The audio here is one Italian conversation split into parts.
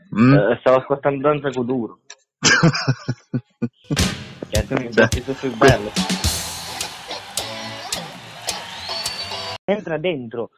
Stavo ascoltando Danza Kuduro. Cioè, sono i pezzi più belli. Entra dentro.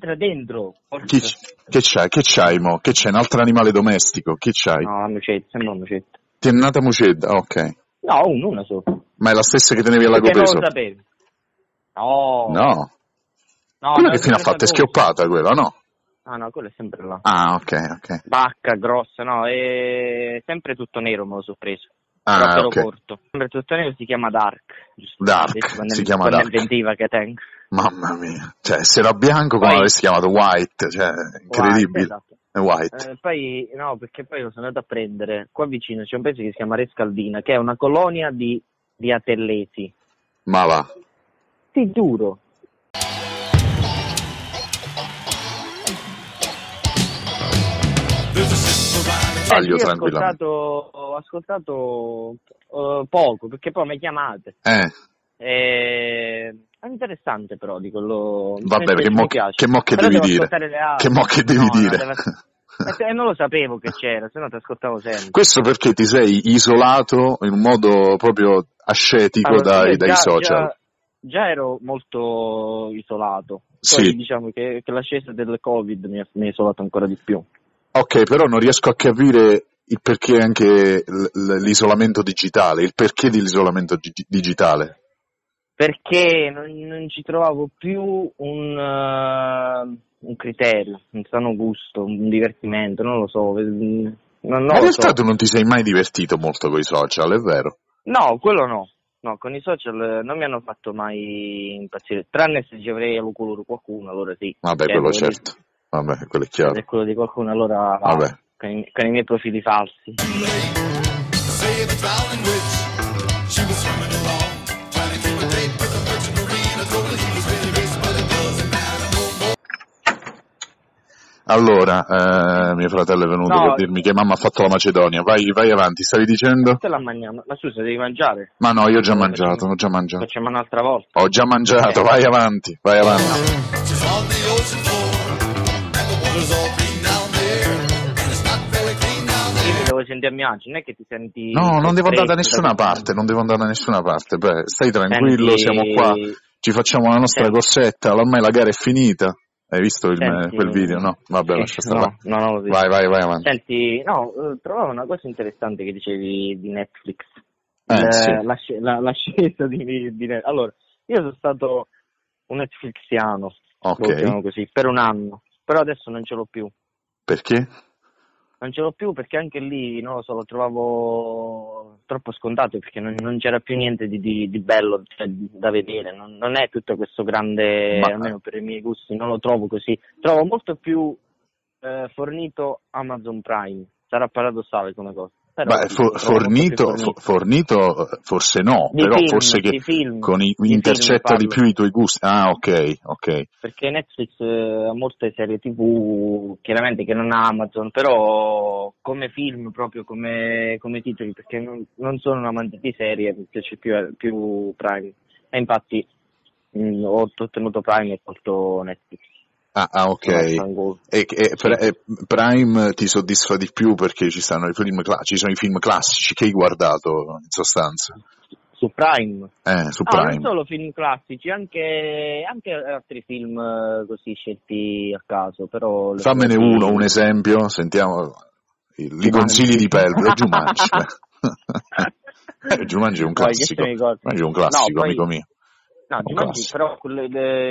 Che c'hai mo? Che c'è? Un altro animale domestico? Che c'hai? No, la mucetta, sembra una mucetta. Ti è nata mucedda? Ok. No, una solo. Ma è la stessa che tenevi alla Perché non Copeso? lo sapevi? No. No. No, Quella che fine ha fatto? È schioppata quella, no? Ah no, quella è sempre là. Ah, ok. Bacca, grossa, no, è sempre tutto nero, me lo so preso. Ah, però ok. corto. Sempre tutto nero, si chiama Dark. Dark, si chiama Dark. Inventiva che tengo. Mamma mia. Cioè, se era bianco come Poi, l'avresti chiamato White, cioè, incredibile. Esatto. È White. Poi, no, perché poi lo sono andato a prendere, qua vicino c'è un paese che si chiama Rescaldina, che è una colonia di atellesi. Ma va. Ti giuro. Taglio io tranquillamente. ho ascoltato poco, perché poi mi chiamate. È interessante però di quello. Vabbè, che mo che però devi devo dire? ascoltare le altre. Che mo che devi dire? Non lo sapevo che c'era, se no ti ascoltavo sempre. Questo perché ti sei isolato in un modo proprio ascetico Allora, dai social. Già ero molto isolato. Sì. Poi diciamo che l'ascesa del Covid mi ha isolato ancora di più. Ok, però non riesco a capire il perché anche l'isolamento digitale, il perché dell'isolamento digitale. Perché non ci trovavo più un criterio, un sano gusto, un divertimento, non lo so. Ma in realtà tu non ti sei mai divertito molto con i social, è vero? No, quello no. No, con i social non mi hanno fatto mai impazzire, tranne se ci avrei lo culo di qualcuno, allora sì. Vabbè, quello certo. Vabbè, quello è chiaro. Se è quello di qualcuno, allora vabbè. Con i miei profili falsi. Allora, mio fratello è venuto per dirmi che mamma ha fatto la Macedonia. Vai avanti, stavi dicendo? Ma scusa, devi mangiare? Ma no, io ho già mangiato. Facciamo un'altra volta. Ho già mangiato, vai avanti. Io devo sentirmi agio, non è che ti senti... No, non devo andare da nessuna parte, Beh, stai tranquillo, siamo qua, ci facciamo la nostra corsetta, ormai la gara è finita. Hai visto quel video, no? Vabbè, lascia stare. No, non l'ho visto. Vai avanti. Senti, trovavo una cosa interessante che dicevi di Netflix. Sì. L'ascesa di Netflix. Allora, io sono stato un Netflixiano, diciamo così, per un anno, però adesso non ce l'ho più. Perché? Non ce l'ho più perché anche lì, non lo so, lo trovavo troppo scontato, perché non c'era più niente di bello, cioè, da vedere, non è tutto questo grande, almeno per i miei gusti, non lo trovo così. Trovo molto più fornito Amazon Prime, sarà paradossale come cosa. Però, fornito forse no, però film, forse che film, intercetta di più i tuoi gusti. Ah, ok. Perché Netflix ha molte serie TV, chiaramente che non ha Amazon, però come film, proprio come titoli, perché non sono un amante di serie, mi piace più Prime. E infatti ho ottenuto Prime e ho tolto Netflix. Ah, ok. Prime ti soddisfa di più perché ci sono i film classici che hai guardato in sostanza. Su Prime? Su Prime. Non solo film classici, anche altri film così scelti a caso, però... Fammene un esempio, sentiamo i consigli di Pelvo, Jumanji. Jumanji è un classico, amico mio. No, Jumanji, però quello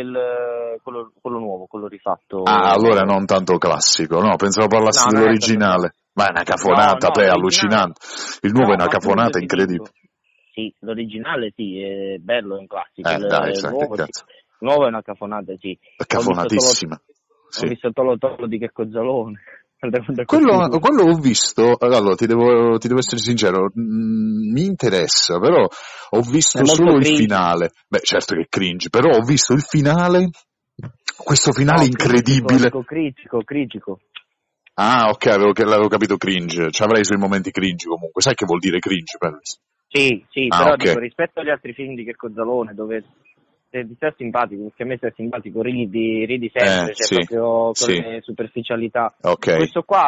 nuovo, quello rifatto... Ah, allora non tanto classico, no, pensavo parlassi dell'originale. Ma è una cafonata, allucinante. Il nuovo è una cafonata incredibile. Sì, l'originale sì, è bello, è un classico. Il nuovo è una cafonata, sì. È cafonatissima. Ho visto Tolo di Checco Zalone. Quello ho visto, allora ti devo essere sincero, mi interessa, però ho visto solo il finale. Beh, certo che è cringe, però ho visto il finale, questo finale incredibile. Critico. Ah, ok, l'avevo capito cringe, ci avrei i suoi momenti cringe comunque. Sai che vuol dire cringe, Pelvis? Sì, però dico, rispetto agli altri film di Checco Zalone, dove se ti sta simpatico, perché a me sta simpatico, ridi sempre, proprio con le superficialità. Okay. Questo qua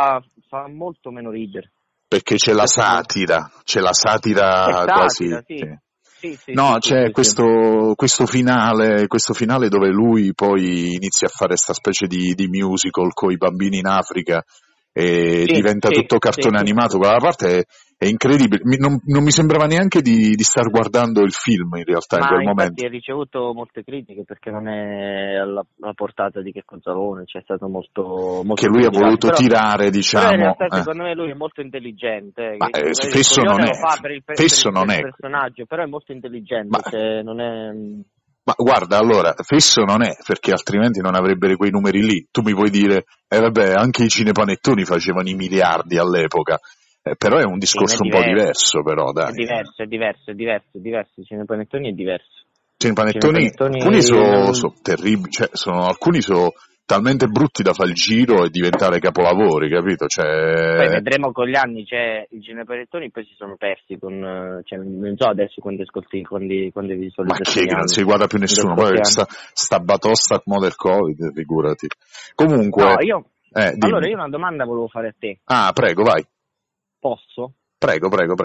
fa molto meno ridere. Perché c'è la satira quasi. Sì. Sì, no, sì, c'è sì, questo finale dove lui poi inizia a fare sta specie di musical con i bambini in Africa e diventa tutto cartone animato. Quella parte è incredibile. Non mi sembrava neanche di star guardando il film in realtà in quel momento. Ma infatti ha ricevuto molte critiche perché non è alla portata di Checco Zalone, c'è stato molto che lui criticato. Ha voluto tirare, diciamo. Però in realtà secondo me lui è molto intelligente. Ma spesso non è. Lo fa per il personaggio, però è molto intelligente. Non è... Ma guarda, allora, fesso non è, perché altrimenti non avrebbero quei numeri lì. Tu mi puoi dire, vabbè, anche i cinepanettoni facevano i miliardi all'epoca, però è un discorso un po' diverso, però, dai. È diverso, i cinepanettoni è diverso. Cinepanettoni, alcuni sono terribili, cioè, alcuni sono talmente brutti da fare il giro e diventare capolavori, capito? Poi vedremo con gli anni, i cinepanettoni poi si sono persi con, non so adesso quando ascolti, quando visualizzazioni. Ma che non si guarda più nessuno, poi sta batosta del Covid, figurati. Comunque. No, allora io una domanda volevo fare a te. Ah, prego, vai. Posso? Prego.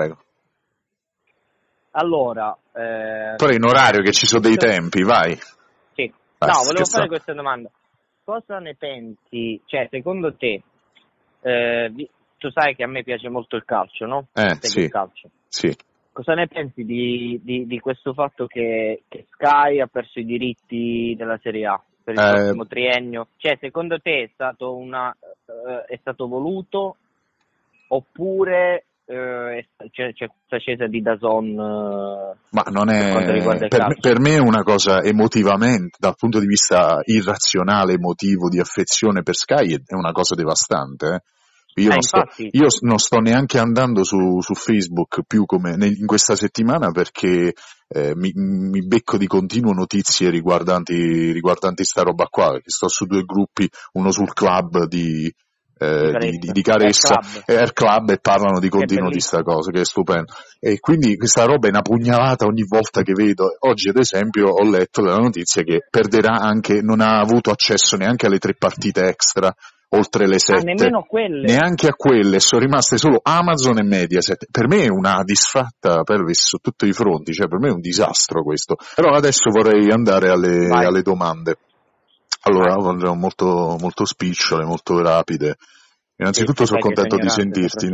Allora. Però in orario che ci sono dei tempi, vai. Sì. Volevo fare questa domanda. Cosa ne pensi, secondo te, tu sai che a me piace molto il calcio, no? Sì. Il calcio. Sì. Cosa ne pensi di questo fatto che Sky ha perso i diritti della Serie A per il prossimo triennio? Secondo te è stato voluto oppure c'è questa scesa di DAZN? Ma non è, per me è una cosa emotivamente, dal punto di vista irrazionale, emotivo, di affezione per Sky, è una cosa devastante. Io non sto neanche andando su Facebook più come in questa settimana perché mi becco di continuo notizie riguardanti sta roba qua, che sto su 2 gruppi, uno sul club di Caressa, Air Club, e parlano di continuo di sta cosa, che è stupendo. E quindi questa roba è una pugnalata ogni volta che vedo. Oggi ad esempio ho letto la notizia che perderà non ha avuto accesso neanche alle 3 partite extra, oltre le 7, nemmeno quelle. Neanche a quelle, sono rimaste solo Amazon e Mediaset. Per me è una disfatta su tutti i fronti, per me è un disastro questo. Però adesso vorrei andare alle domande. Allora, molto, molto spicciole, molto rapide. Innanzitutto sono contento di sentirti.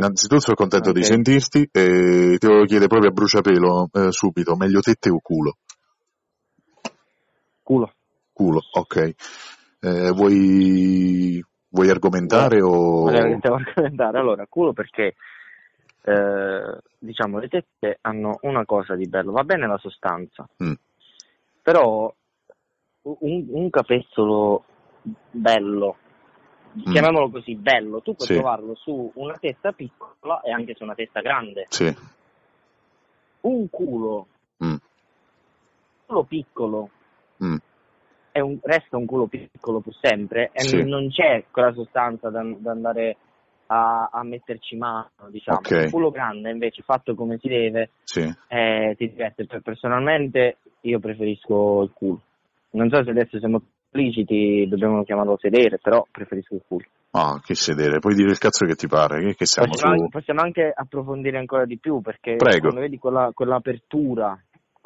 E ti volevo chiedere proprio a bruciapelo subito, meglio tette o culo? Culo, ok. Vuoi argomentare o? Devo argomentare. Allora, culo perché le tette hanno una cosa di bello, va bene la sostanza, però un capezzolo bello, chiamiamolo così, bello, tu puoi trovarlo su una testa piccola e anche su una testa grande. Sì. Un culo piccolo resta un culo piccolo per sempre e non c'è quella sostanza da andare a metterci mano, diciamo. Okay. Un culo grande invece fatto come si deve ti diverte. Personalmente io preferisco il culo. Non so se adesso siamo espliciti, dobbiamo chiamarlo sedere, però preferisco il culo. Ah, che sedere, puoi dire il cazzo che ti pare, che siamo possiamo anche approfondire ancora di più, perché quando vedi quell'apertura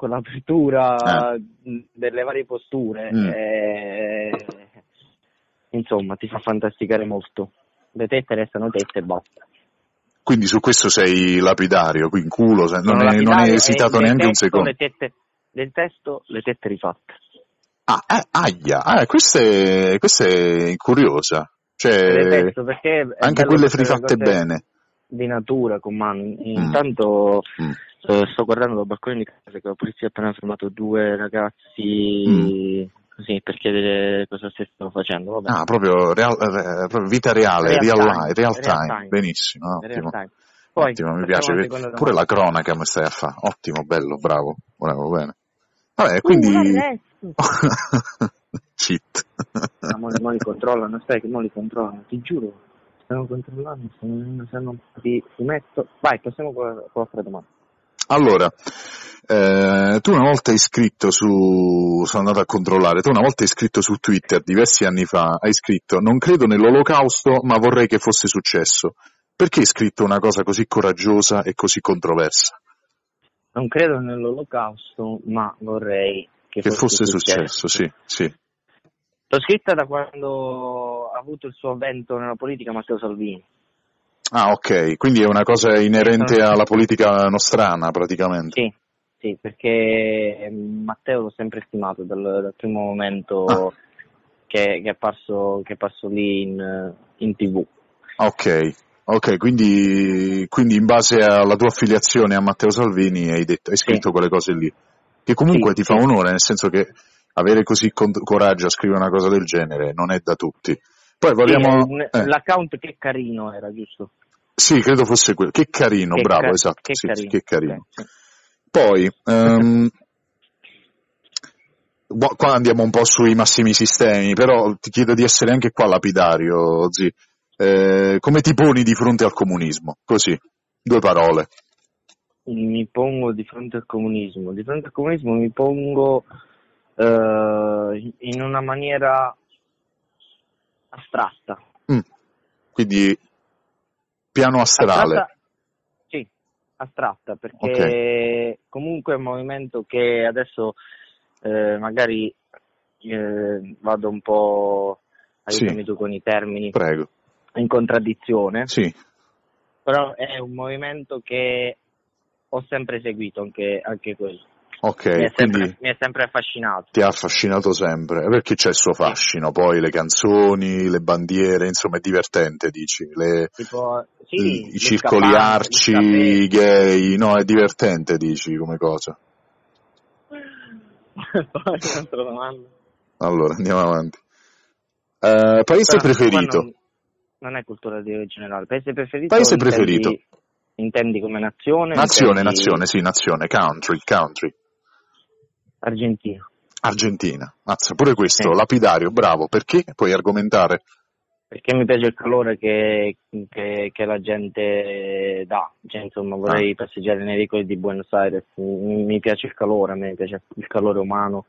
delle varie posture, insomma, ti fa fantasticare molto. Le tette restano tette e basta. Quindi su questo sei lapidario, qui in culo, non hai esitato neanche un secondo. Le tette rifatte. Questa è curiosa. Perché anche quelle rifatte bene. Di natura, con mano. Intanto sto guardando dal balcone di casa che la polizia ha appena fermato 2 ragazzi così per chiedere cosa stessero facendo. Vabbè. Proprio vita reale, real time. Benissimo, ottimo. Poi, ottimo, mi piace. Pure la cronaca mi stai a fare. Ottimo, bello, bravo, bene. Vabbè, quindi. Cheat. Mo li controllano, sai che mo li controllano, ti giuro. Stiamo controllando, se non ti metto. Vai, passiamo con l'altra domanda. Allora, tu una volta hai scritto sono andato a controllare, tu una volta hai scritto su Twitter, diversi anni fa, hai scritto: non credo nell'olocausto, ma vorrei che fosse successo. Perché hai scritto una cosa così coraggiosa e così controversa? Non credo nell'olocausto, ma vorrei che fosse successo, sì. L'ho scritta da quando ha avuto il suo avvento nella politica Matteo Salvini. Ah, ok, quindi è una cosa inerente alla politica nostrana praticamente. Sì, perché Matteo l'ho sempre stimato dal primo momento che è apparso lì in TV. Ok, quindi in base alla tua affiliazione a Matteo Salvini hai scritto quelle cose lì, che comunque ti fa onore, nel senso che avere così coraggio a scrivere una cosa del genere non è da tutti. Poi vogliamo... L'account Che Carino era, giusto? Sì, credo fosse quello. Che carino, bravo, esatto. Che carino. Okay. Poi, qua andiamo un po' sui massimi sistemi, però ti chiedo di essere anche qua lapidario, Zi. Come ti poni di fronte al comunismo? Così, 2 parole. Mi pongo di fronte al comunismo. Di fronte al comunismo mi pongo in una maniera astratta. Quindi piano astrale. Astratta, perché comunque è un movimento che adesso magari vado un po', aiutami tu con i termini, prego, in contraddizione, però è un movimento che ho sempre seguito, anche quello. Ok, mi è sempre affascinato. Ti ha affascinato sempre, perché c'è il suo fascino, poi le canzoni, le bandiere, insomma è divertente, dici, i circoli arci, i gay, no, è divertente, dici, come cosa. Poi un'altra domanda. Allora, andiamo avanti. Paese preferito? Non è cultura generale, paese preferito? Intendi come nazione? Nazione, country. Argentina, mazza, pure questo, lapidario, bravo, perché? Puoi argomentare? Perché mi piace il calore che la gente dà, cioè, insomma vorrei passeggiare nei vicoli di Buenos Aires, mi piace il calore, a me piace il calore umano.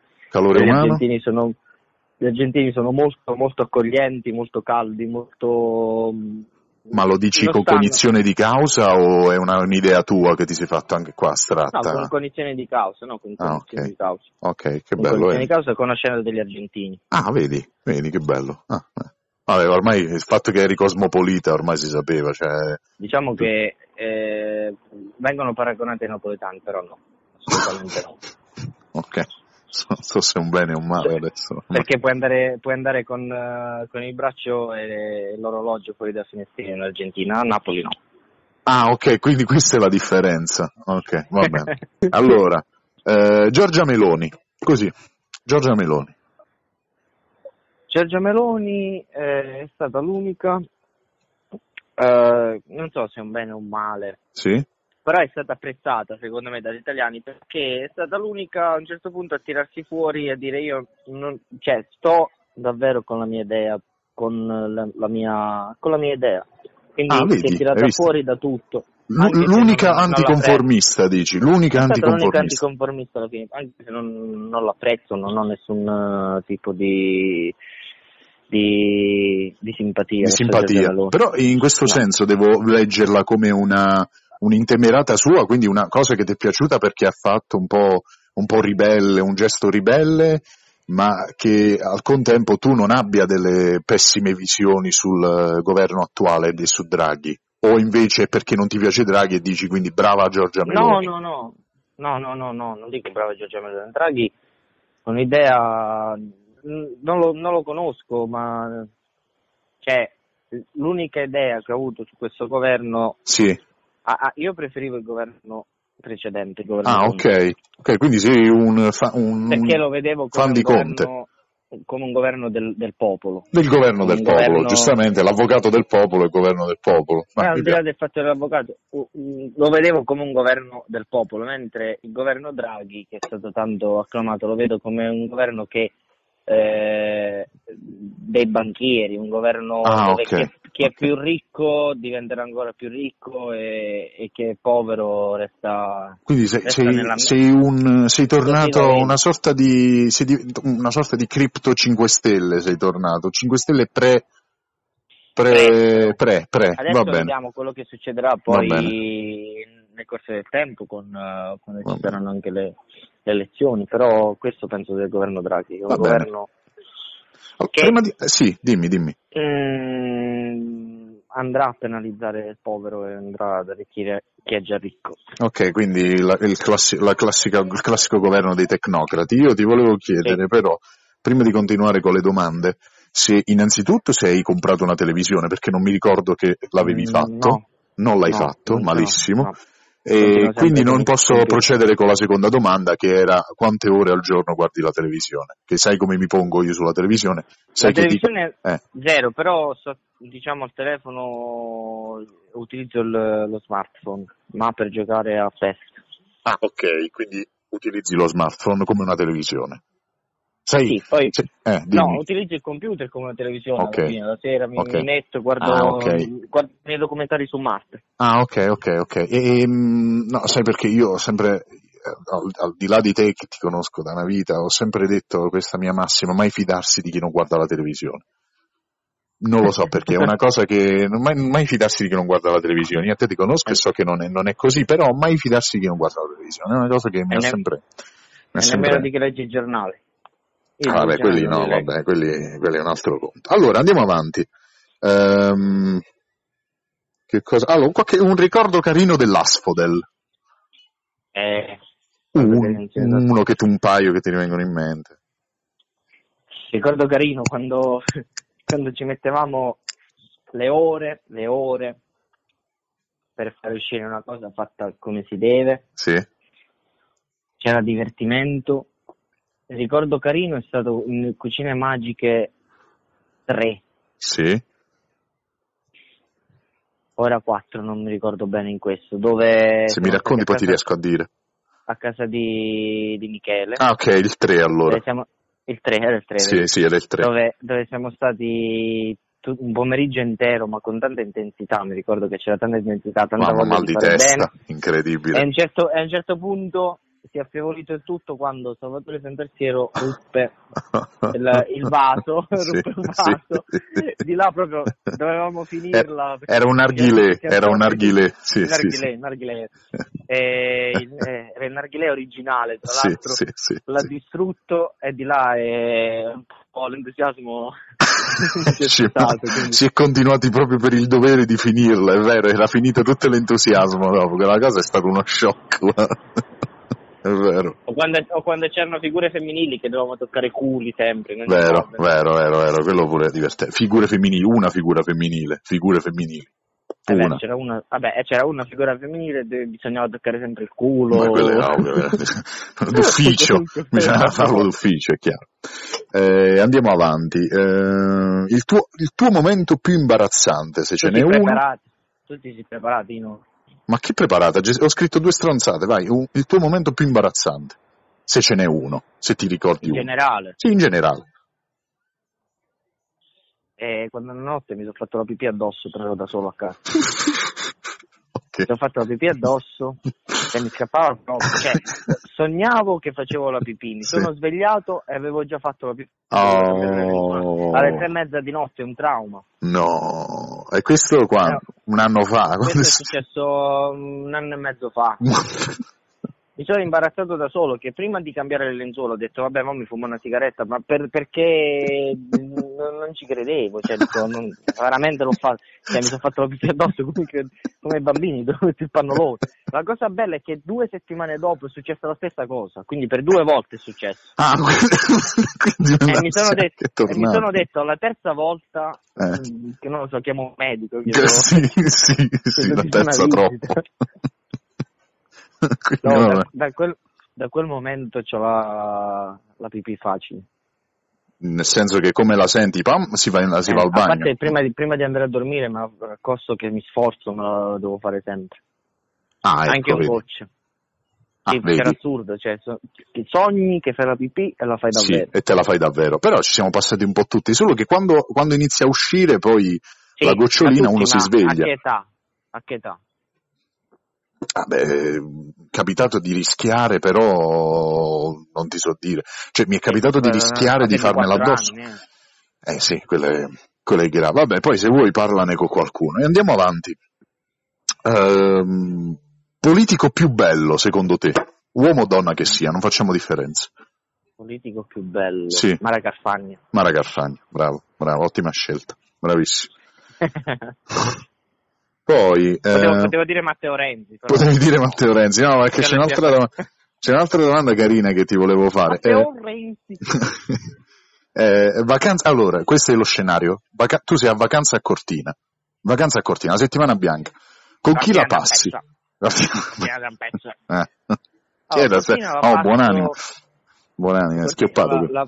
Gli argentini sono molto, molto accoglienti, molto caldi, molto... Ma lo dici con cognizione di causa o è un'idea tua che ti sei fatto anche qua astratta? No, con cognizione di causa, di causa. Ok, che con bello. Cognizione di causa, conoscendo degli argentini. Ah, vedi che bello. Vabbè, ormai il fatto che eri cosmopolita ormai si sapeva. Diciamo che vengono paragonati ai napoletani, però no, assolutamente no. Ok. Non so se è un bene o un male adesso. Perché puoi andare con il braccio e l'orologio fuori da finestrino in Argentina, a Napoli no. Ah, ok, quindi questa è la differenza. Ok, va bene. Allora, Giorgia Meloni, così, Giorgia Meloni è stata l'unica, non so se è un bene o un male. Sì. Però è stata apprezzata secondo me dagli italiani perché è stata l'unica a un certo punto a tirarsi fuori e a dire io sto davvero con la mia idea, con la mia idea. Quindi si è tirata fuori da tutto. L'unica anticonformista, dici? L'unica anticonformista alla fine, anche se non l'apprezzo, non ho nessun tipo di simpatia. Però in questo senso devo leggerla come un'intemerata sua, quindi una cosa che ti è piaciuta perché ha fatto un po' ribelle, un gesto ribelle, ma che al contempo tu non abbia delle pessime visioni sul governo attuale e su Draghi, o invece perché non ti piace Draghi e dici quindi brava Giorgia Meloni? No, non dico brava Giorgia Meloni. Draghi un'idea, non lo conosco, ma l'unica idea che ho avuto su questo governo... Sì. Io preferivo il governo precedente. Ok, quindi sei un perché lo vedevo come fan di Conte. Come un governo del popolo. Del governo del popolo, giustamente, l'avvocato del popolo e il governo del popolo. Al di là del fatto dell'avvocato, lo vedevo come un governo del popolo, mentre il governo Draghi, che è stato tanto acclamato, lo vedo come un governo che dei banchieri, un governo dove chi è più ricco diventerà ancora più ricco e chi è povero resta. Quindi sei tornato a una sorta di cripto 5 Stelle, sei tornato 5 Stelle Adesso va bene. Vediamo quello che succederà poi nel corso del tempo quando ci saranno anche le elezioni, però questo penso del governo Draghi, è un governo che sì, dimmi. Andrà a penalizzare il povero e andrà ad arricchire chi è già ricco. Ok, quindi il classico governo dei tecnocrati. Io ti volevo chiedere però, prima di continuare con le domande, innanzitutto se hai comprato una televisione, perché non mi ricordo che l'avevi fatto. Non l'hai fatto, malissimo. No. E quindi non posso procedere con la seconda domanda, che era quante ore al giorno guardi la televisione, che sai come mi pongo io sulla televisione. La televisione zero, però al telefono utilizzo lo smartphone, ma per giocare a PES. Ah, ok, quindi utilizzi lo smartphone come una televisione. Sì, poi utilizzo il computer come una televisione. Alla fine, la sera mi metto, guardo i miei documentari su Marte. Ah, ok. No, sai perché io ho sempre, al di là di te che ti conosco da una vita, ho sempre detto questa mia massima: mai fidarsi di chi non guarda la televisione. Non lo so perché, è una cosa che mai fidarsi di chi non guarda la televisione. Io a te ti conosco e so che non è così, però mai fidarsi di chi non guarda la televisione. È una cosa che mi ha sempre... nemmeno di chi legge il giornale. Quelli no, quelli è un altro conto. Allora, andiamo avanti. Che cosa? Allora, un ricordo carino dell'Asphodel. Uno che un paio che ti rivengono in mente. Ricordo carino quando ci mettevamo le ore per far uscire una cosa fatta come si deve. Sì. C'era divertimento. Il ricordo carino è stato in Cucine Magiche 3. Sì. Ora 4, non mi ricordo bene in questo. Dove se mi racconti poi ti riesco a dire. A casa di Michele. Ah, ok, il 3 allora. Il 3, era il 3. Sì, era il 3. Dove siamo stati un pomeriggio intero, ma con tanta intensità. Mi ricordo che c'era tanta intensità, tanta voglia mal di testa, bene. incredibile. E a un certo punto si è affievolito il tutto quando Salvatore Santarsiero ruppe il vaso, sì. Di là proprio dovevamo finirla. Era un narghilè. Sì. Un narghilè. Era il narghilè originale, tra l'altro. L'ha distrutto e di là un po' l'entusiasmo si è continuati proprio per il dovere di finirla, è vero, era finito tutto l'entusiasmo dopo, quella cosa è stato uno shock. È vero. O quando c'erano figure femminili che dovevamo toccare culi sempre. Vero, quello pure è divertente. Figure femminili. C'era una figura femminile dove bisognava toccare sempre il culo. Ma quelle d'ufficio, bisognava farlo d'ufficio, è chiaro. Andiamo avanti. Il tuo momento più imbarazzante, se ce n'è uno. Tutti si preparati, no? Ma che preparata? Ho scritto 2 stronzate, vai. Il tuo momento più imbarazzante, se ce n'è uno, se ti ricordi uno. In generale? Sì, in generale. Quando la notte mi sono fatto la pipì addosso, però ero da solo a casa. Okay. Mi sono fatto la pipì addosso e mi scappava proprio. Sognavo che facevo la pipì, mi sono svegliato e avevo già fatto la pipì. Alle 3:30 di notte, un trauma. No, e questo quando? Un anno fa? Questo è successo 1 anno e mezzo fa. Mi sono imbarazzato da solo, che prima di cambiare le lenzuola ho detto vabbè, ma mi fumo una sigaretta, ma perché non ci credevo, veramente l'ho fatto, mi sono fatto la pipì addosso come i bambini, dove ti fanno loro. La cosa bella è che 2 settimane dopo è successa la stessa cosa, quindi per 2 volte è successo. Quindi mi sono detto alla terza volta, che non lo so, chiamo un medico. Sì, la terza troppo. No, da quel momento c'ho la pipì facile. Nel senso che come la senti, si va al bagno. A parte prima di andare a dormire, ma accosto che mi sforzo, me la devo fare sempre. Anche un goccio. Era assurdo, sogni che fai la pipì e la fai davvero. Sì, e te la fai davvero. Però ci siamo passati un po' tutti, solo che quando inizia a uscire poi la gocciolina uno si sveglia. A che età? Capitato di rischiare, però non ti so dire. Mi è capitato di rischiare di farmela addosso. Anni, Sì, quelle collegherà. Vabbè, poi se vuoi parlane con qualcuno. E andiamo avanti. Politico più bello, secondo te? Uomo o donna che sia, non facciamo differenza. Politico più bello? Sì. Mara Carfagna. Mara Carfagna, bravo, ottima scelta, bravissimo. Poi... Potevo dire Matteo Renzi. Però. Potevi dire Matteo Renzi, no, perché c'è un'altra domanda carina che ti volevo fare. Matteo Renzi. Vacanza, allora, questo è lo scenario. Tu sei a vacanza a Cortina, una settimana bianca. Con chi la passi? Buonanima, è schioppato.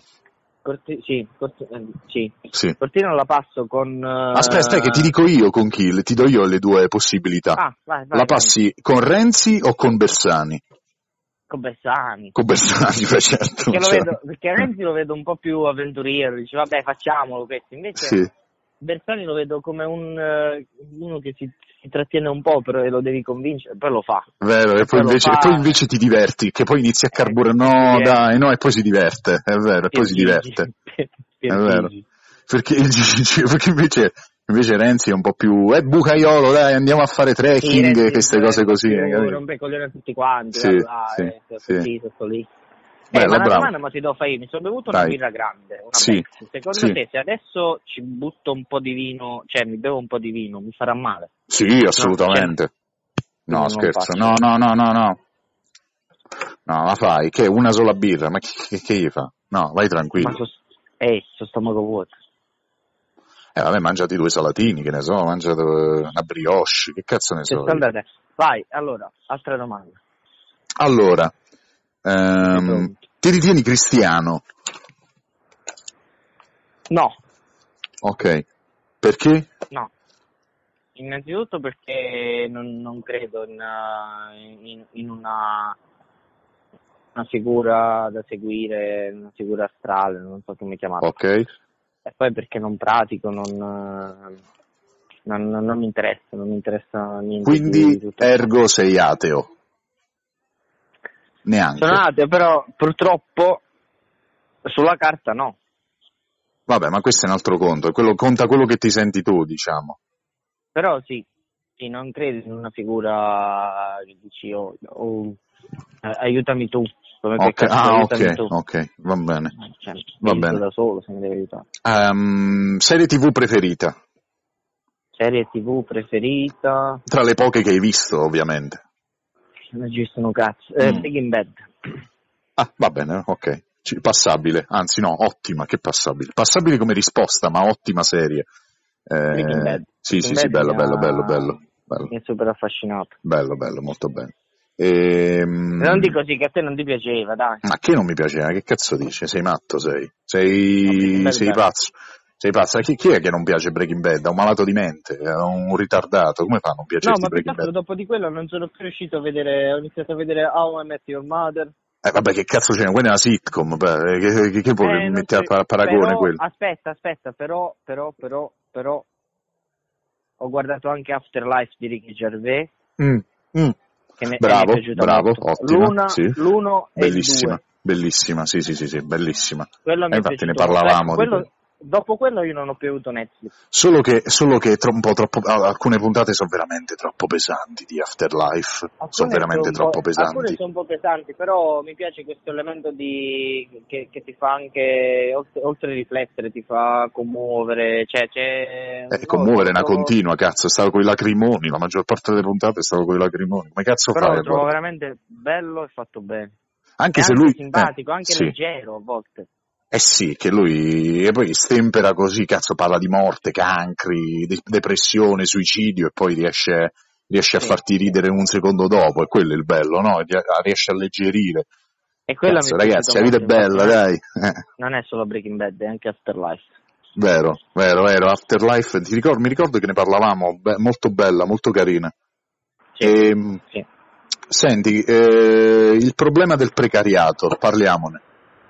Sì. Cortina la passo con... Aspetta, che ti dico io con chi, ti do io le due possibilità. Vai, la passi con Renzi o con Bersani? Con Bersani, certo. Perché Renzi lo vedo un po' più avventuriero, dice vabbè facciamolo questo, invece sì. Bersani lo vedo come uno che si trattiene un po', però lo devi convincere, poi lo fa. Vero, e poi invece ti diverti, che poi inizi a carburare, e poi si diverte, è vero, e poi si diverte. È vero. Perché invece Renzi è un po' più bucaiolo, dai, andiamo a fare trekking, queste cose così. Rompe coglione a tutti quanti, sto lì. Bella, ma una bravo. domanda ti devo fare io, mi sono bevuto una birra grande, secondo te se adesso ci butto un po' di vino, cioè mi bevo un po' di vino, mi farà male? Sì, assolutamente. No, scherzo, no. No, la fai, che una sola birra, ma che gli fa? No, vai tranquillo. Sto stomaco vuoto. Vabbè, mangiati 2 salatini, che ne so, mangiati una brioche, che cazzo ne so. Vai, allora, altra domanda. Allora, ti ritieni cristiano? No. Ok, perché? No. Innanzitutto perché non credo in una figura da seguire, una figura astrale, non so come chiamarla. Ok. E poi perché non pratico, non mi interessa niente. Quindi, ergo sei ateo? Neanche. Sono ateo, però purtroppo sulla carta no. Vabbè, ma questo è un altro conto, conta quello che ti senti tu, diciamo. Però sì, non credo in una figura che dici aiutami tu. Ok, va bene. Va bene. Da solo se mi deve aiutare. Serie TV preferita? Serie TV preferita? Tra le poche che hai visto, ovviamente. Non esistono cazzo. Breaking Bad. Va bene, ok. Passabile, anzi no, ottima, che passabile. Passabile come risposta, ma ottima serie. Breaking Bad. Sì, bello. Mi è super affascinato. Bello, molto bello. Non dico sì, che a te non ti piaceva, dai. Ma che non mi piaceva? Che cazzo dici? Sei matto, sei pazzo. Sei pazzo. Chi è che non piace Breaking Bad? È un malato di mente, è un ritardato. Come fa a non piacerti Breaking Bad? No, ma dopo di quello non sono più riuscito a vedere, ho iniziato a vedere How I Met Your Mother. Vabbè, che cazzo c'è? Quella è una sitcom, che puoi mettere a paragone quello? Aspetta, però ho guardato anche Afterlife di Ricky Gervais. Che mi è bravo, molto. ottima. L'uno bellissima, e il 2. Bellissima, sì, bellissima. Infatti ne parlavamo. Dopo quello io non ho più avuto Netflix. Solo che troppo, alcune puntate sono veramente troppo pesanti di Afterlife. Sono veramente troppo pesanti. Alcune sono un po' pesanti, però mi piace questo elemento che ti fa anche, oltre a riflettere, ti fa commuovere. Commuovere è una continua, cazzo. Stavo con i lacrimoni, la maggior parte delle puntate stavo con i lacrimoni. Come cazzo fai? Però lo trovo veramente bello e fatto bene. Anche se anche lui simpatico, anche leggero a volte. Sì, che lui e poi stempera così, cazzo, parla di morte, cancri, depressione, suicidio e poi riesce a farti ridere un secondo dopo, e quello è il bello, no? Riesce a alleggerire. E quella cazzo, ragazzi, la vita è bella, dai. Non è solo Breaking Bad, è anche Afterlife. Vero, Afterlife, mi ricordo che ne parlavamo, molto bella, molto carina. Sì. Senti, il problema del precariato, parliamone.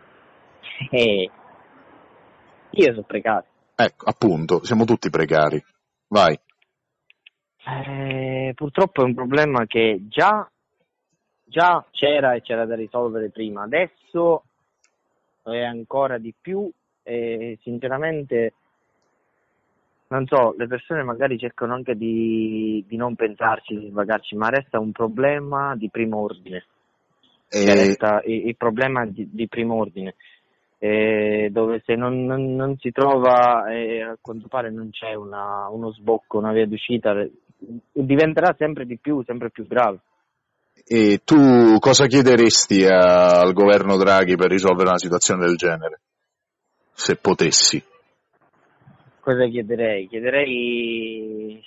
Io sono precario. Ecco, appunto, siamo tutti precari. Vai. Purtroppo è un problema che già c'era e c'era da risolvere prima. Adesso è ancora di più e sinceramente non so, le persone magari cercano anche di non pensarci, di svagarci, ma resta un problema di primo ordine. Resta il problema di primo ordine, dove se non si trova, a quanto pare non c'è uno sbocco, una via d'uscita, diventerà sempre di più, sempre più grave. E tu cosa chiederesti al governo Draghi per risolvere una situazione del genere, se potessi? Cosa chiederei? Chiederei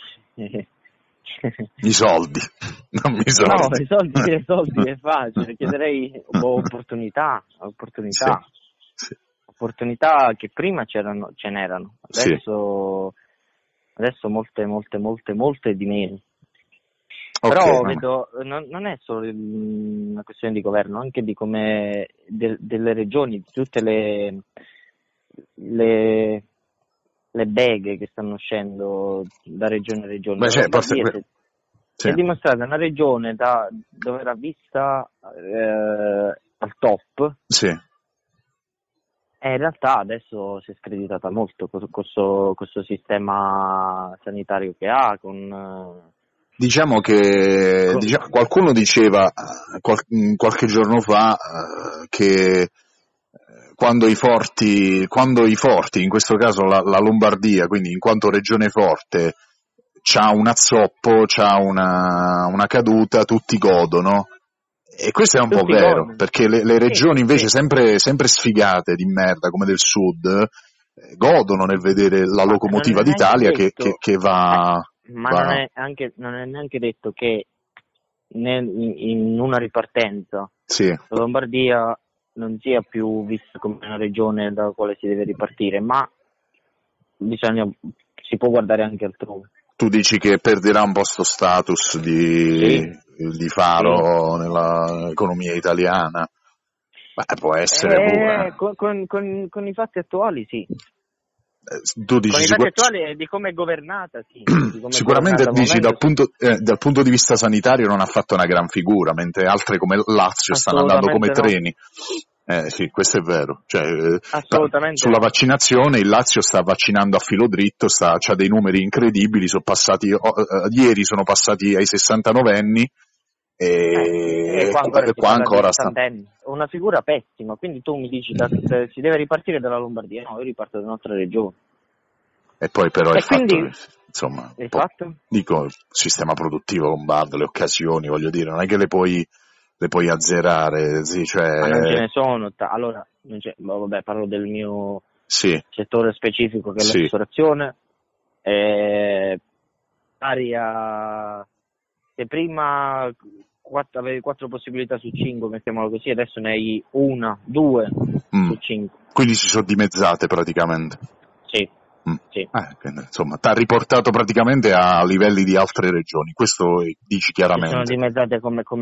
i soldi. Non mi soldi. No, i soldi è facile. Chiederei opportunità. Sì. Opportunità che prima ce n'erano, adesso molte di meno. Però vedo, non è solo una questione di governo, anche di come delle regioni, di tutte le beghe che stanno uscendo da regione a regione. Beh, si è dimostrata una regione dove era vista al top, sì. E in realtà adesso si è screditata molto questo sistema sanitario che ha, Diciamo che qualcuno diceva qualche giorno fa che quando i forti, in questo caso la Lombardia, quindi in quanto regione forte, c'ha un azzoppo, c'ha una caduta, tutti godono. E questo è un po' vero, perché le regioni invece sempre sfigate di merda come del sud godono nel vedere la locomotiva d'Italia che va. Ma non è neanche detto che in una ripartenza la Lombardia non sia più vista come una regione dalla quale si deve ripartire, ma si può guardare anche altrove. Tu dici che perderà un po' sto status di faro nell'economia italiana? Beh, può essere pure. Con i fatti attuali sì. Tu dici con i fatti attuali di come è governata, sì. Sicuramente dici dal punto di vista sanitario non ha fatto una gran figura, mentre altre come Lazio stanno andando come treni. Sì, questo è vero. Assolutamente. Sulla vaccinazione il Lazio sta vaccinando a filo dritto, c'ha dei numeri incredibili, ieri sono passati ai 69enni e qua ancora sta. Una figura pessima, quindi tu mi dici si deve ripartire dalla Lombardia, no, io riparto da un'altra regione. E poi però il fatto? Dico, il sistema produttivo lombardo, le occasioni, voglio dire, non è che le puoi azzerare, sì, Ma non ce ne sono, allora, parlo del mio settore specifico che è la ristorazione, se prima avevi 4 possibilità su 5, mettiamolo così, adesso ne hai 1, 2 su 5. Quindi si sono dimezzate praticamente. Sì. Sì. Quindi, insomma, ti ha riportato praticamente a livelli di altre regioni, questo dici chiaramente. Si sono dimezzate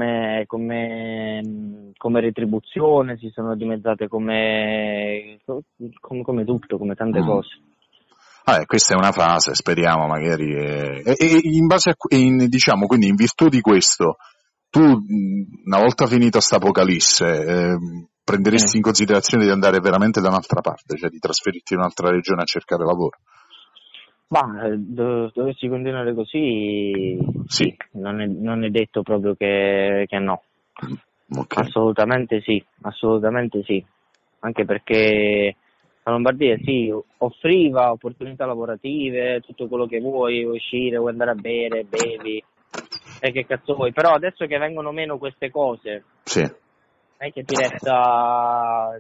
come retribuzione, si sono dimezzate come tutto, come tante cose. Questa è una fase, speriamo magari. E in base diciamo, quindi in virtù di questo, tu una volta finita sta apocalisse, prenderesti in considerazione di andare veramente da un'altra parte, cioè di trasferirti in un'altra regione a cercare lavoro? Ma dovessi continuare così, sì. Non è detto proprio che no. Okay. Assolutamente sì, anche perché la Lombardia offriva opportunità lavorative, tutto quello che vuoi uscire, vuoi andare a bere, bevi, e che cazzo vuoi, però adesso che vengono meno queste cose, non è che ti resta,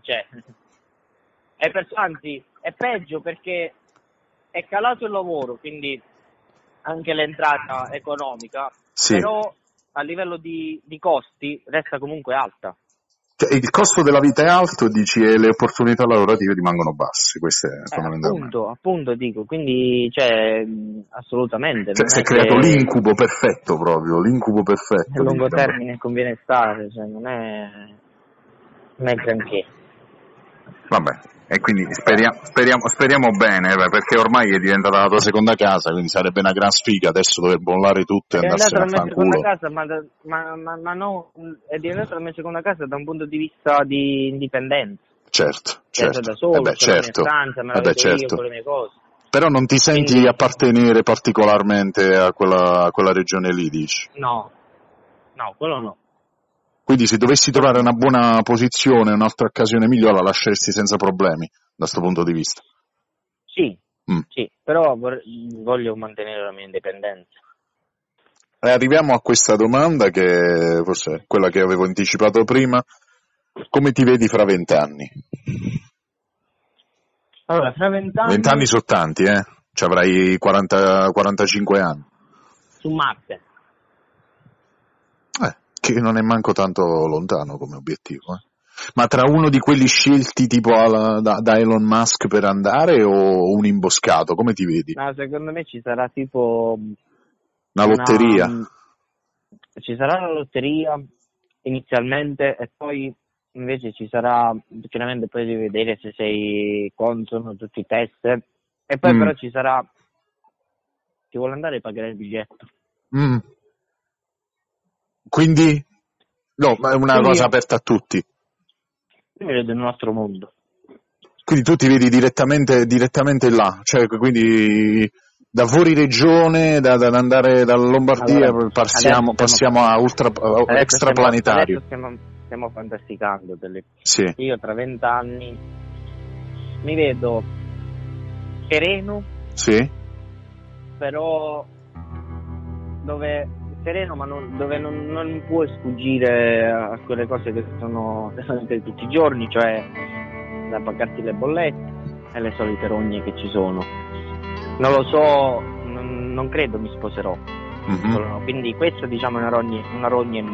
anzi è peggio perché è calato il lavoro, quindi anche l'entrata economica, però a livello di costi resta comunque alta. Il costo della vita è alto, dici, e le opportunità lavorative rimangono basse, questo è fondamentalmente. Appunto dico, quindi assolutamente. Si è creato l'incubo perfetto proprio, l'incubo perfetto. A lungo termine conviene stare, non è granché. Vabbè, e quindi speriamo bene, perché ormai è diventata la tua seconda casa, quindi sarebbe una gran sfiga adesso dover bollare tutto e andarsene a fanculo. Ma no, è diventata la mia seconda casa da un punto di vista di indipendenza. Certo. Da solo, la mia stanza, me la vedo io con le mie cose. Però non ti senti quindi, appartenere particolarmente a quella regione lì, dici? no, quello no. Quindi se dovessi trovare una buona posizione, un'altra occasione migliore, la lasceresti senza problemi, da questo punto di vista? Sì, però voglio mantenere la mia indipendenza. Arriviamo a questa domanda che forse è quella che avevo anticipato prima. Come ti vedi fra 20 anni? Allora, fra 20 anni... 20 anni sono tanti, Ci avrai 45 anni. Su Marte. Che non è manco tanto lontano come obiettivo. Ma tra uno di quelli scelti tipo da Elon Musk per andare o un imboscato? Come ti vedi? No, secondo me ci sarà tipo... Una lotteria? Ci sarà la lotteria inizialmente e poi invece ci sarà, chiaramente poi devi vedere se sei consono tutti i test e poi però ci sarà, chi vuole andare a pagare il biglietto. Quindi? No, ma è una cosa aperta a tutti. Io mi vedo in un altro mondo. Quindi tu ti vedi direttamente là, cioè quindi da fuori regione, da andare dalla Lombardia, allora, passiamo a extraplanetario. Adesso stiamo fantasticando. Sì. Io tra 20 anni mi vedo sereno, sì, però sereno, ma dove non puoi sfuggire a quelle cose che sono tutti i giorni, cioè da pagarti le bollette e le solite rogne che ci sono. Non lo so, non credo mi sposerò, quindi questa diciamo è una rogna in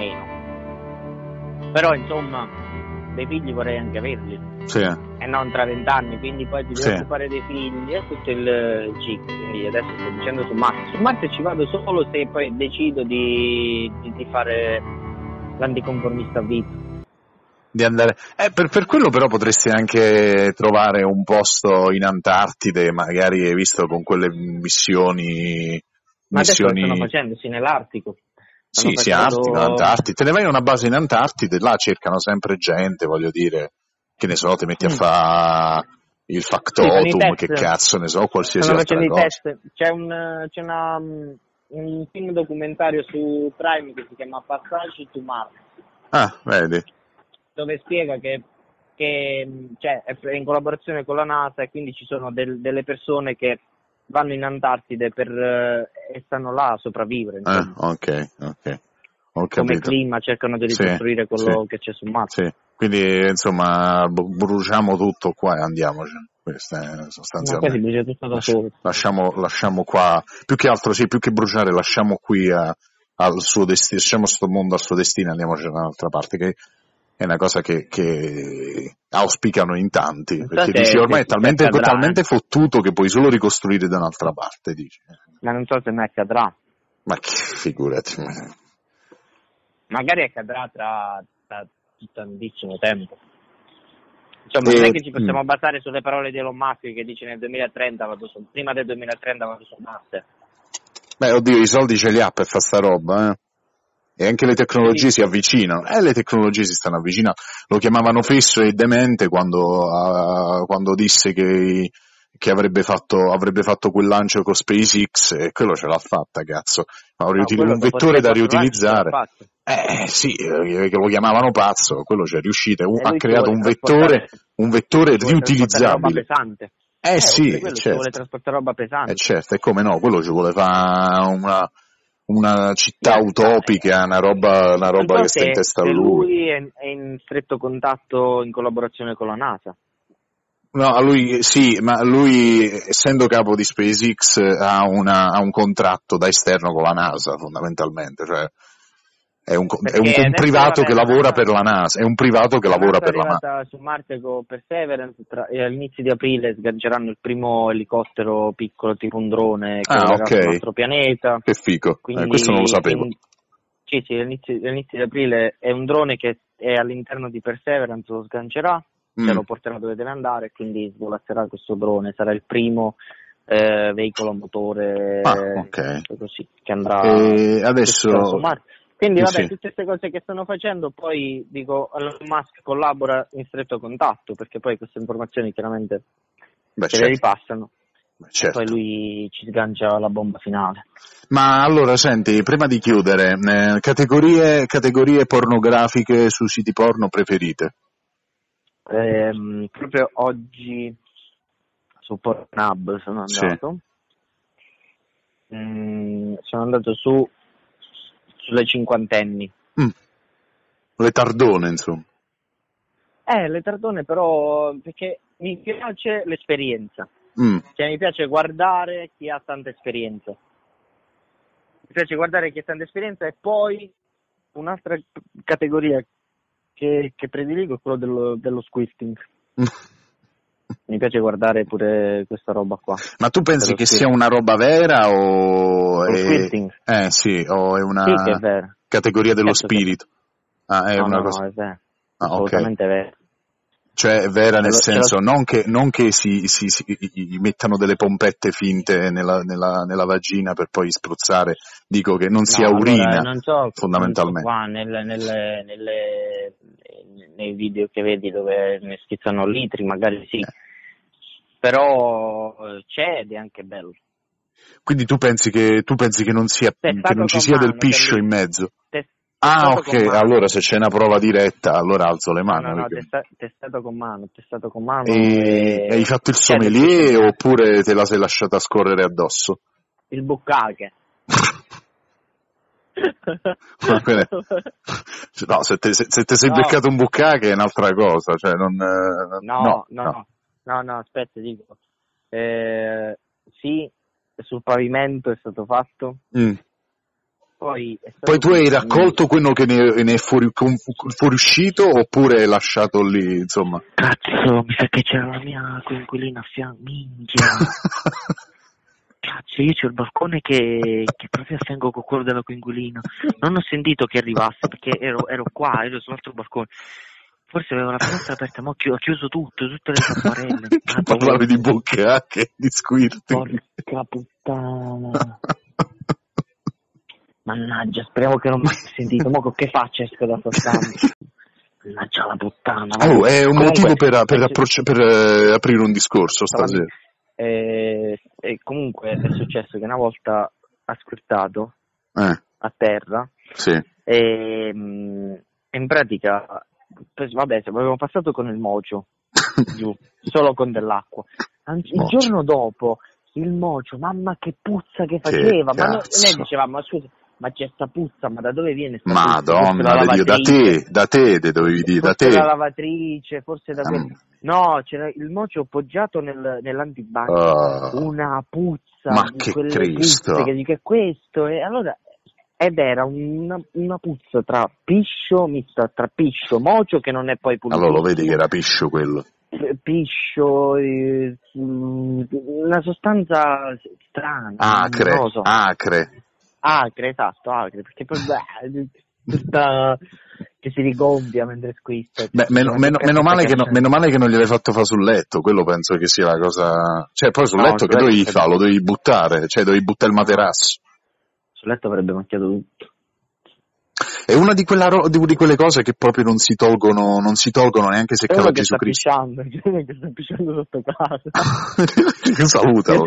meno. Però insomma, dei figli vorrei anche averli, e non tra 20 anni, quindi poi ti devi occupare dei figli e tutto il ciclo. Quindi adesso sto dicendo su Marte ci vado solo se poi decido di fare l'anticonformista a vita. Di andare per quello però potresti anche trovare un posto in Antartide, magari hai visto con quelle missioni. Ma adesso lo stanno facendo, sì, nell'Artico. Sì, Artico, Antartide, te ne vai in una base in Antartide, là cercano sempre gente, voglio dire, che ne so, ti metti a fare il factotum, che cazzo ne so, qualsiasi altra cosa. Test. C'è un film documentario su Prime che si chiama Passage to Mars. Ah, vedi. Dove spiega che cioè, è in collaborazione con la NASA e quindi ci sono delle persone che vanno in Antartide e stanno là a sopravvivere. Ok. Ho capito. Come clima cercano di ricostruire quello che c'è su Marte. Sì. Quindi insomma bruciamo tutto qua e andiamoci. Questo è sostanzialmente. Ma poi si brucia tutto da solo. Lasciamo qua, più che altro più che bruciare lasciamo qui al suo destino, lasciamo sto mondo al suo destino e andiamoci da un'altra parte, che è una cosa che auspicano in tanti, perché dici ormai è talmente fottuto che puoi solo ricostruire da un'altra parte, dici. Ma non so se mai accadrà. Ma che figurati. Magari accadrà tra tantissimo tempo. Insomma, non è che ci possiamo basare sulle parole di Elon Musk che dice prima del 2030 vado su Marte. Beh, oddio, i soldi ce li ha per fare sta roba, E anche le tecnologie si avvicinano, le tecnologie si stanno avvicinando. Lo chiamavano fesso e demente quando disse che avrebbe fatto quel lancio con SpaceX, e quello ce l'ha fatta, cazzo. Un vettore da riutilizzare. Sì, che lo chiamavano pazzo, quello c'è riuscito. Ha creato un vettore riutilizzabile. Pesante. Sì, certo. Ci vuole trasportare roba pesante. Certo, e come no, quello ci vuole fare una città utopica, una roba che sta in testa a lui. È in stretto contatto, in collaborazione con la NASA. No, lui sì, ma lui, essendo capo di SpaceX, ha un contratto da esterno con la NASA, fondamentalmente, cioè è un privato che lavora per la NASA, è un privato che lavora per la NASA. Su Marte con Perseverance, all'inizio di aprile sganceranno il primo elicottero piccolo, tipo un drone, che volerà sul nostro pianeta. Che figo, questo non lo sapevo. Sì, all'inizio di aprile è un drone che è all'interno di Perseverance, lo sgancerà, se lo porterà dove deve andare, quindi svolazzerà questo drone, sarà il primo veicolo a motore così, che andrà su Marte. Quindi tutte queste cose che stanno facendo, poi dico, Elon Musk collabora in stretto contatto, perché poi queste informazioni chiaramente se le ripassano. Certo. Poi lui ci sgancia la bomba finale. Ma allora, senti, prima di chiudere, categorie pornografiche su siti porno preferite? Proprio oggi su Pornhub sono andato. Sì. Sono andato sulle cinquantenni. Le tardone, insomma. Le tardone, però, perché mi piace l'esperienza. Cioè, mi piace guardare chi ha tanta esperienza. E poi un'altra categoria che prediligo è quello dello squirting. Mi piace guardare pure questa roba qua. Ma tu pensi che sia una roba vera o lo squirting? Sì, o è una che è vera. Categoria dello spirito? È una cosa. No, è vera. Assolutamente vera. Cioè è vera nel senso non che si mettano delle pompette finte nella vagina per poi spruzzare, dico che non sia urina, non so, fondamentalmente. Non so qua nei video che vedi dove ne schizzano litri, magari sì, però c'è ed è anche bello. Quindi tu pensi che non sia che non ci sia del piscio in mezzo? Ok, allora se c'è una prova diretta, allora alzo le mani. No, testato con mano. E hai fatto il sommelier oppure te la sei lasciata scorrere addosso? Il bukkake. No, se te sei beccato un bukkake è un'altra cosa, cioè No, aspetta, dico. Sì, sul pavimento è stato fatto. Poi tu hai raccolto quello che ne è fuoriuscito oppure hai lasciato lì, insomma? Cazzo, mi sa che c'era la mia coinquilina a fianco, minchia. Cazzo, io c'ho il balcone che proprio a fianco con quello della coinquilina. Non ho sentito che arrivasse perché ero qua, ero sull'altro balcone. Forse avevo la finestra aperta, ma ho chiuso tutte le tapparelle. Parlavi di bukkake, di squirting. Porca puttana. Mannaggia, speriamo che non mi abbia sentito. Mo' che faccia esco da stanza. Mannaggia la puttana. È un motivo per aprire un discorso stasera. E comunque è successo che una volta ha squirtato a terra. Sì. E in pratica, vabbè, avevamo passato con il mocio giù, solo con dell'acqua. Il giorno dopo il mocio, mamma che puzza che faceva. Ma noi dicevamo, ma scusa, ma c'è sta puzza, ma da dove viene sta Madonna, da te dovevi dire, da te. La lavatrice, forse da quello. No, c'era il mocio appoggiato nell'antibagno. Una puzza. Ma che Cristo. Che dico, è questo. E allora, ed era una puzza tra piscio, mista tra piscio, mocio, che non è poi pulito. Allora lo vedi che era piscio quello. Piscio, una sostanza strana. Acre, non lo so. acre, perché poi tutta che si rigonfia mentre squista. Meno male che non gliel'hai fatto fare sul letto, quello penso che sia la cosa. Cioè poi sul letto che dovevi fare? Lo dovevi buttare, cioè dovevi buttare il materasso. Sul letto avrebbe macchiato tutto. È una di quelle cose che proprio non si tolgono neanche se cala Gesù Cristo. Che sta pisciando sotto casa. Salutalo.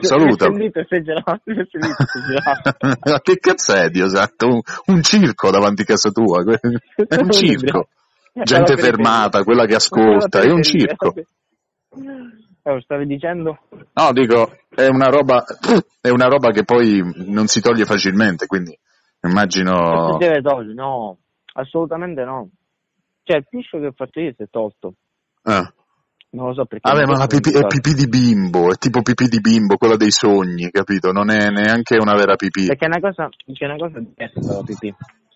Che cazzo è, Dio santo? Un circo davanti a casa tua, è un circo. Gente fermata, quella che ascolta, è un circo. Lo stavi dicendo? No, dico, è una roba che poi non si toglie facilmente, quindi immagino. Non si deve togliere, no, assolutamente no. Cioè il piscio che ho fatto io si è tolto. Non lo so perché. Vabbè, ma è pipì di bimbo, è tipo pipì di bimbo, quella dei sogni, capito? Non è neanche una vera pipì. Perché è una cosa diversa la pipì.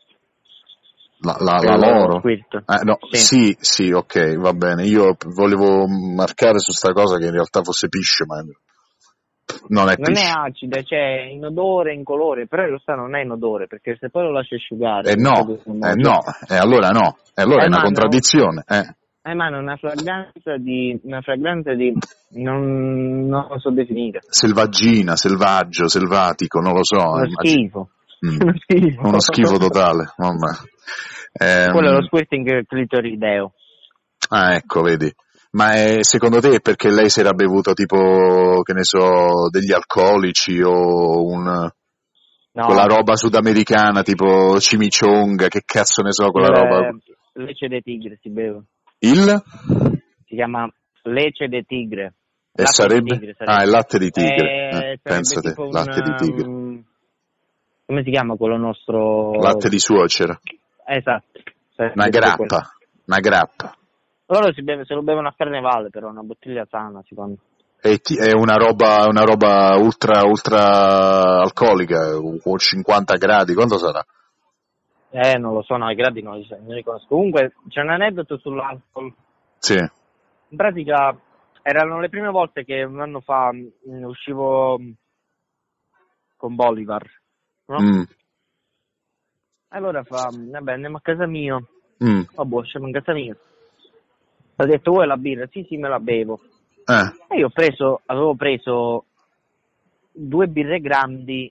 La loro? No, sì, ok, va bene. Io volevo marcare su sta cosa che in realtà fosse piscio, ma non è piscio. Non è acido, c'è in odore, in colore, però in realtà non è in odore, perché se poi lo lasci asciugare. Allora no, è una contraddizione. Ma è una fragranza di non lo so definire. Selvaggina, selvaggio, selvatico, non lo so. Uno schifo totale, vabbè. Quello è lo squirting clitorideo. Ecco, vedi. Ma secondo te è perché lei si era bevuto tipo, che ne so, degli alcolici o quella roba sudamericana tipo cimichonga, che cazzo ne so, quella roba? Lecce de tigre si beve. Si chiama lecce de tigre. E sarebbe? Il latte di tigre. Pensate, latte di tigre. Come si chiama quello nostro? Latte di suocera. Esatto. Una grappa. Loro se lo bevono a carnevale, però una bottiglia sana, secondo me. È una roba ultra alcolica, 50 gradi, quanto sarà? Non lo so, no, i gradi non li conosco. Comunque c'è un aneddoto sull'alcol. Sì. In pratica erano le prime volte che un anno fa uscivo con Bolivar, no? Allora vabbè, andiamo a casa mia. Usciamo in casa mia. Ha detto, vuoi la birra? Sì, me la bevo. E io avevo preso 2 birre grandi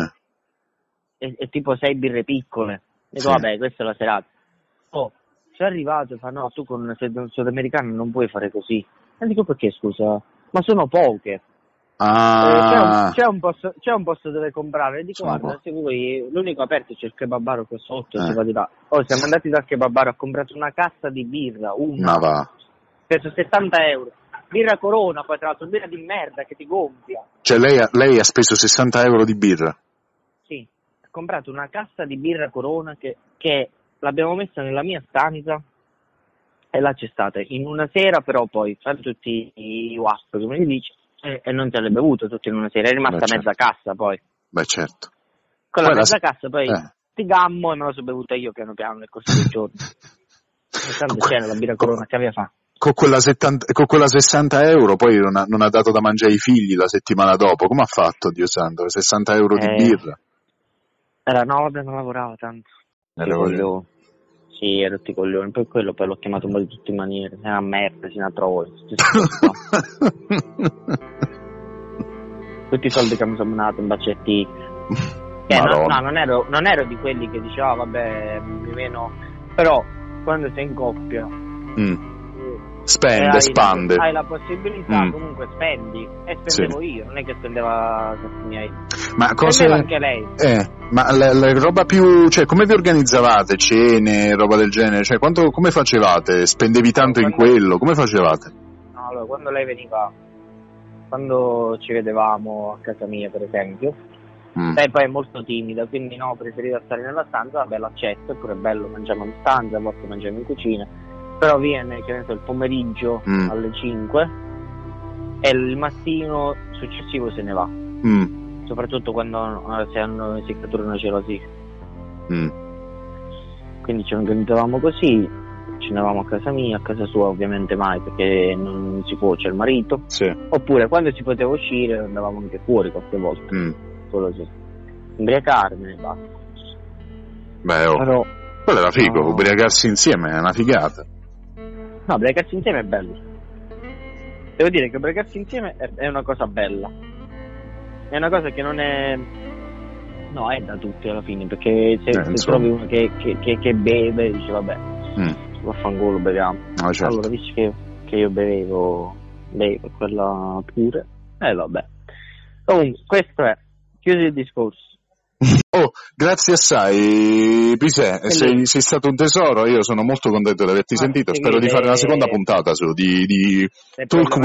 e tipo 6 birre piccole. E dico, vabbè, questa è la serata. Sono arrivato e fa, no, tu con un sudamericano non puoi fare così. E dico, perché scusa? Ma sono poche. C'è un posto dove comprare. E dico, guarda, se vuoi, l'unico aperto c'è il kebabaro qua sotto, si va di là. Siamo andati dal kebabaro, ho comprato una cassa di birra, Ma va. Per 70 euro. Birra Corona, poi tra l'altro, birra di merda che ti gonfia. Cioè lei ha speso 60 euro di birra? Sì, ho comprato una cassa di birra Corona che l'abbiamo messa nella mia stanza e là c'è stata in una sera, però poi fate tutti i wasp, come si dice, e non te l'hai bevuto tutti in una sera, è rimasta mezza cassa poi. Beh, certo. Con la mezza cassa poi ti gammo e me la sono bevuta io piano piano nel corso dei giorni. Tanto c'era la birra Corona che aveva fatto. Con quella 60 euro poi non ha dato da mangiare ai figli la settimana dopo. Come ha fatto, Dio santo? 60 euro di birra? Non lavorava tanto. Sì, ero tutti coglioni. Poi quello l'ho chiamato un po' di tutte le maniere. È una merda, si ne trovo. Tutti i soldi che mi sono dato in baccetti. Non ero di quelli che diceva vabbè, mi meno. Però quando sei in coppia spande. Hai la possibilità, comunque spendi. E spendevo io, non è che spendeva i miei. Ma cosa? Anche lei. Ma la roba più, cioè, come vi organizzavate? Cene, roba del genere? Cioè, come facevate? Spendevi tanto in quello? Come facevate? No, allora, quando lei veniva, quando ci vedevamo a casa mia, per esempio, lei poi è molto timida, quindi no, preferiva stare nella stanza, vabbè, l'accetto, è pure bello, mangiamo in stanza, a volte mangiamo in cucina. Però viene, che ne so, il pomeriggio alle 5 e il mattino successivo se ne va. Soprattutto quando si hanno essiccatura una gelosia. Quindi ci organizzavamo così, ce ne andavamo a casa mia, a casa sua ovviamente mai, perché non si può, c'è il marito. Sì. Oppure quando si poteva uscire andavamo anche fuori qualche volta. Solo sì. Ubriacarmi e basta. Però quello era figo, ubriacarsi insieme è una figata. No, ubriacarsi insieme è bello. Devo dire che ubriacarsi insieme è una cosa bella. È una cosa che non è... No, è da tutti alla fine, perché se trovi uno che beve, dice vabbè, vaffanculo, beviamo. Certo. Allora, dici che io bevo quella pure, vabbè. Comunque, questo è. Chiusi il discorso. Grazie assai Pisè, sei stato un tesoro, io sono molto contento di averti sentito, spero di fare una seconda puntata di Talk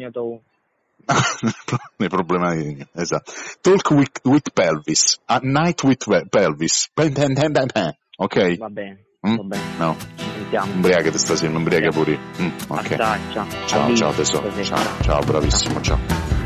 le problematiche, esatto. Talk with Pelvis, a Night with Pelvis, ok? Va bene. No, ubriacati stasera, non ubriaca pure. Ok. Ciao tesoro, ciao, bravissimo, ciao.